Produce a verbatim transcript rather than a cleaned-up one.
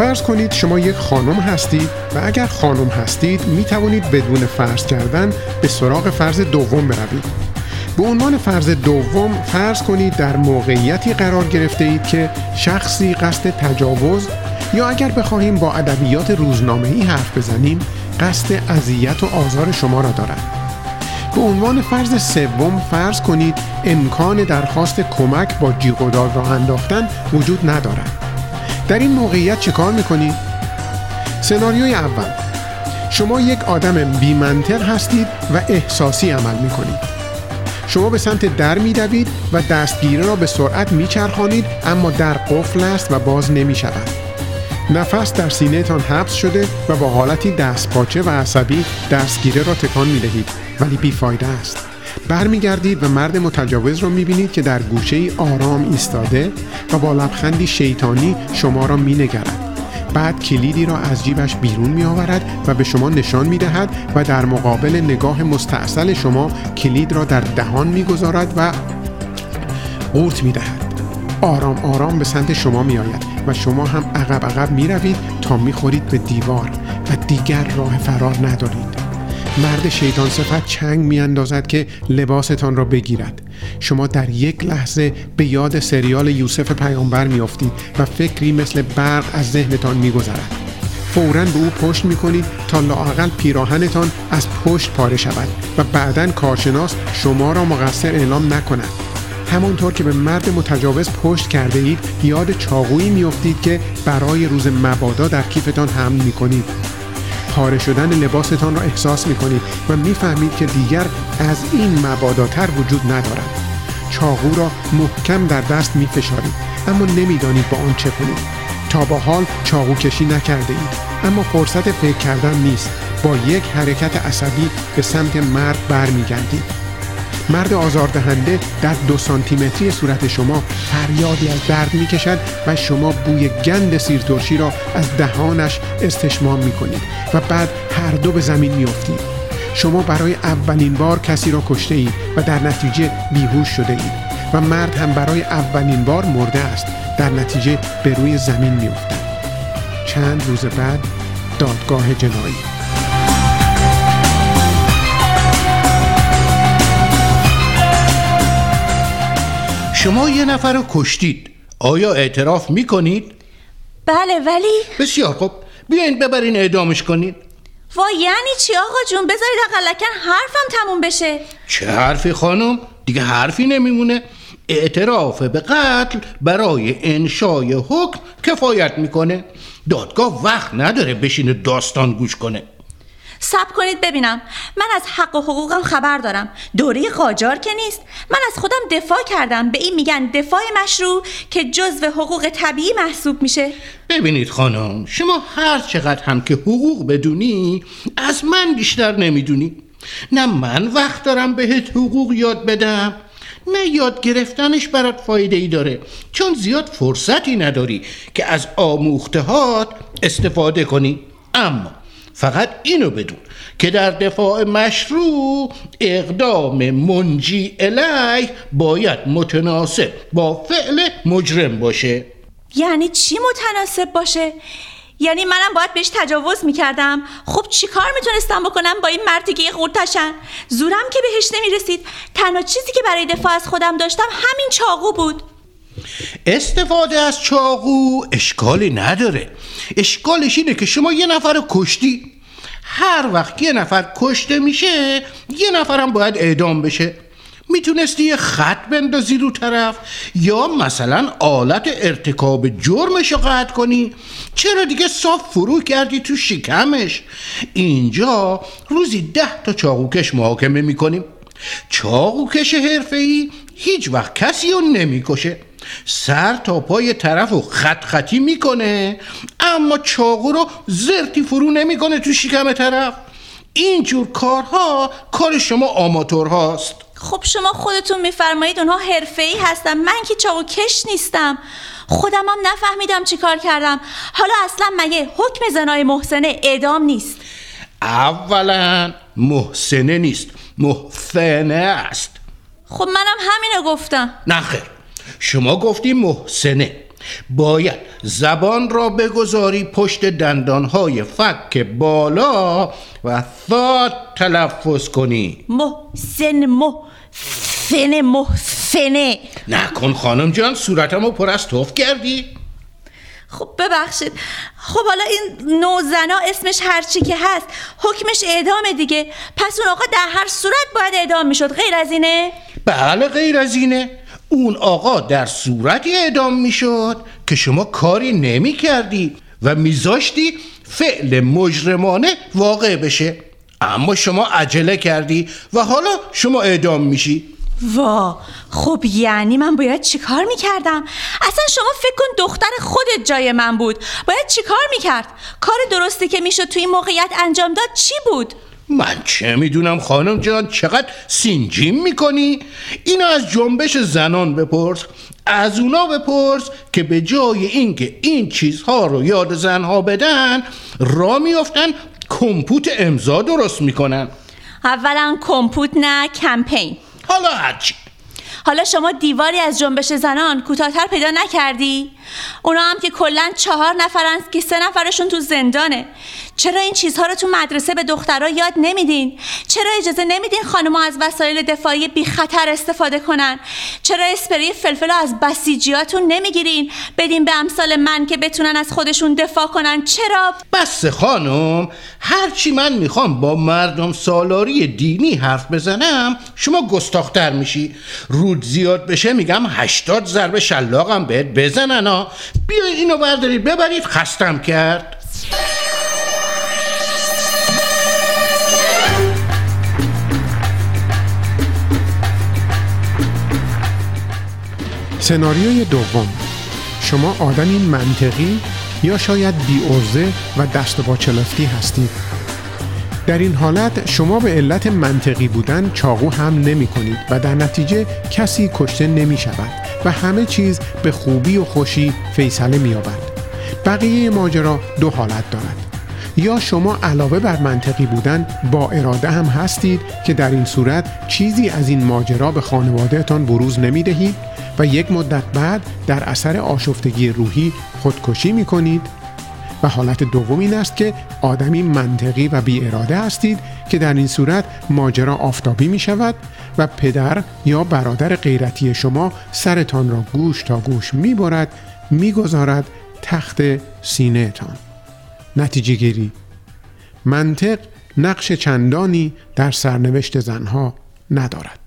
فرض کنید شما یک خانم هستید و اگر خانم هستید می توانید بدون فرض کردن به سراغ فرض دوم بروید. به عنوان فرض دوم فرض کنید در موقعیتی قرار گرفته اید که شخصی قصد تجاوز، یا اگر بخواهیم با ادبیات روزنامه‌ای حرف بزنیم، قصد اذیت و آزار شما را دارد. به عنوان فرض سوم فرض کنید امکان درخواست کمک با جیغ و داد را انداختن وجود ندارد. در این موقعیت چه کار میکنید؟ سناریوی اول، شما یک آدم بی منطق هستید و احساسی عمل میکنید. شما به سمت در میدوید و دستگیره را به سرعت میچرخانید، اما در قفل است و باز نمیشود. نفس در سینه تان حبس شده و با حالتی دستپاچه و عصبی دستگیره را تکان میدهید، ولی بیفایده است. برمیگردید و مرد متجاوز را میبینید که در گوشه‌ای آرام ایستاده و با لبخندی شیطانی شما را مینگرد. بعد کلیدی را از جیبش بیرون می آورد و به شما نشان می دهد و در مقابل نگاه مستعسل شما کلید را در دهان می گذارد و قورت می دهد. آرام آرام به سمت شما می آید و شما هم عقب عقب می روید تا می خورید به دیوار و دیگر راه فرار ندارید. مرد شیطان صفت چنگ می اندازد که لباستان را بگیرد. شما در یک لحظه به یاد سریال یوسف پیامبر می افتید و فکری مثل برق از ذهنتان می گذرد. فوراً به او پشت می کنید تا لااقل پیراهنتان از پشت پاره شود و بعداً کارشناس شما را مقصر اعلام نکند. همانطور که به مرد متجاوز پشت کرده اید، یاد چاقویی می افتید که برای روز مبادا در کیفتان حمل می کنید. پاره شدن لباستان را احساس می کنید و می فهمید که دیگر از این مباداتر وجود ندارد. چاقو را محکم در دست می فشارید، اما نمی دانید با آن چه کنید. تا با حال چاقو کشی نکرده اید، اما فرصت فکر کردن نیست. با یک حرکت عصبی به سمت مرد بر می گردید. مرد آزاردهنده در دو سانتیمتری صورت شما فریادی از درد می کشد و شما بوی گند سیرترشی را از دهانش استشمام می کنید و بعد هر دو به زمین می افتید. شما برای اولین بار کسی را کشته اید و در نتیجه بیهوش شده اید و مرد هم برای اولین بار مرده است، در نتیجه به روی زمین می افتد. چند روز بعد دادگاه جنایی. شما یه نفر رو کشتید، آیا اعتراف میکنید؟ بله، ولی بسیار خوب، بیاین ببرین اعدامش کنید. وای یعنی چی آقا جون؟ بذارید اقلکن حرفم تموم بشه. چه حرفی خانم؟ دیگه حرفی نمیمونه. اعتراف به قتل برای انشای حکم کفایت میکنه. دادگاه وقت نداره بشینه داستان گوش کنه. صبر کنید ببینم، من از حق و حقوقم خبر دارم. دوره قاجار که نیست. من از خودم دفاع کردم، به این میگن دفاع مشروع که جزو حقوق طبیعی محسوب میشه. ببینید خانم، شما هر چقدر هم که حقوق بدونی از من بیشتر نمیدونی. نه من وقت دارم بهت حقوق یاد بدم، نه یاد گرفتنش برات فایده ای داره، چون زیاد فرصتی نداری که از آموختهات استفاده کنی. اما فقط اینو بدون که در دفاع مشروع اقدام منجی الیه باید متناسب با فعل مجرم باشه. یعنی چی متناسب باشه؟ یعنی منم باید بهش تجاوز میکردم؟ خب چی کار میتونستم بکنم با این مردی که یه قورتشن؟ زورم که بهش نمیرسید. تنها چیزی که برای دفاع از خودم داشتم همین چاقو بود. استفاده از چاقو اشکالی نداره. اشکالش اینه که شما یه نفر رو کشتی. هر وقت یه نفر کشته میشه یه نفرم باید اعدام بشه. میتونستی یه خط بندازی رو طرف یا مثلا آلت ارتکاب جرمش رو قطع کنی. چرا دیگه صاف فرو کردی تو شکمش؟ اینجا روزی ده تا چاقوکش محاکمه میکنیم. چاقوکش حرفه‌ای هیچ وقت کسی رو نمیکشه، سر تا پای طرف رو خط خطی میکنه، اما چاقو رو زرتی فرو نمیکنه تو شکم طرف. اینجور کارها کار شما آماتور هاست. خب شما خودتون میفرمایید اونها حرفه‌ای هستن، من که چاقو کش نیستم. خودم هم نفهمیدم چی کار کردم. حالا اصلا مگه حکم زنای محسنه اعدام نیست؟ اولا محسنه نیست، محسنه است. خب منم همینو گفتم. نه خیر، شما گفتی محسنه. باید زبان را بگذاری پشت دندانهای فک بالا و ثاد تلفظ کنی. محسن محسن محسنه. نکن خانم جان، صورتمو پر از توف کردی. خب ببخشید. خب حالا این نوزنا اسمش هرچی که هست حکمش اعدامه دیگه، پس اون آقا در هر صورت باید اعدام میشد، غیر از اینه؟ بله غیر از اینه. اون آقا در صورتی اعدام میشد که شما کاری نمی کردی و میذاشتی فعل مجرمانه واقع بشه، اما شما عجله کردی و حالا شما اعدام میشی. وا، خب یعنی من باید چی کار میکردم؟ اصلا شما فکر کن دختر خودت جای من بود، باید چی کار میکرد؟ کار درستی که میشد توی این موقعیت انجام داد چی بود؟ من چه میدونم خانم جان، چقدر سینجیم میکنی؟ اینو از جنبش زنان بپرس، از اونا بپرس که به جای اینکه این چیزها رو یاد زنها بدن را میافتن کمپوت امضا درست میکنن. اولا کمپوت نه، کمپین. حالا هرچی. حالا شما دیواری از جنبش زنان کوتاه‌تر پیدا نکردی؟ اونا هم که کلاً چهار نفرن که سه نفرشون تو زندانه. چرا این چیزها رو تو مدرسه به دخترها یاد نمیدین؟ چرا اجازه نمیدین خانم‌ها از وسایل دفاعی بی خطر استفاده کنن؟ چرا اسپری فلفل رو از بسیجیاتون نمیگیرین بدین به امثال من که بتونن از خودشون دفاع کنن؟ چرا؟ بس خانم، هرچی من میخوام با مردم سالاری دینی حرف بزنم شما گستاخ‌تر میشی. رود زیاد بشه میگم هشتاد ضربه شلاقم بهت بزنن ها. بیایید اینو بردارید ببرید، خستم کرد. سناریوی دوم، شما آدمی منطقی یا شاید بی‌عرضه و دست با چلفتی هستید. در این حالت شما به علت منطقی بودن چاقو هم نمی کنید و در نتیجه کسی کشته نمی شود و همه چیز به خوبی و خوشی فیصله می یابد. بقیه ماجرا دو حالت دارد. یا شما علاوه بر منطقی بودن با اراده هم هستید که در این صورت چیزی از این ماجرا به خانوادهتان بروز نمی دهید و یک مدت بعد در اثر آشفتگی روحی خودکشی می کنید. و حالت دوم این است که آدمی منطقی و بی اراده هستید که در این صورت ماجرا آفتابی می شود و پدر یا برادر غیرتی شما سرتان را گوش تا گوش می برد، می گذارد تخت سینه تان. نتیجه گیری: منطق نقش چندانی در سرنوشت زنها ندارد.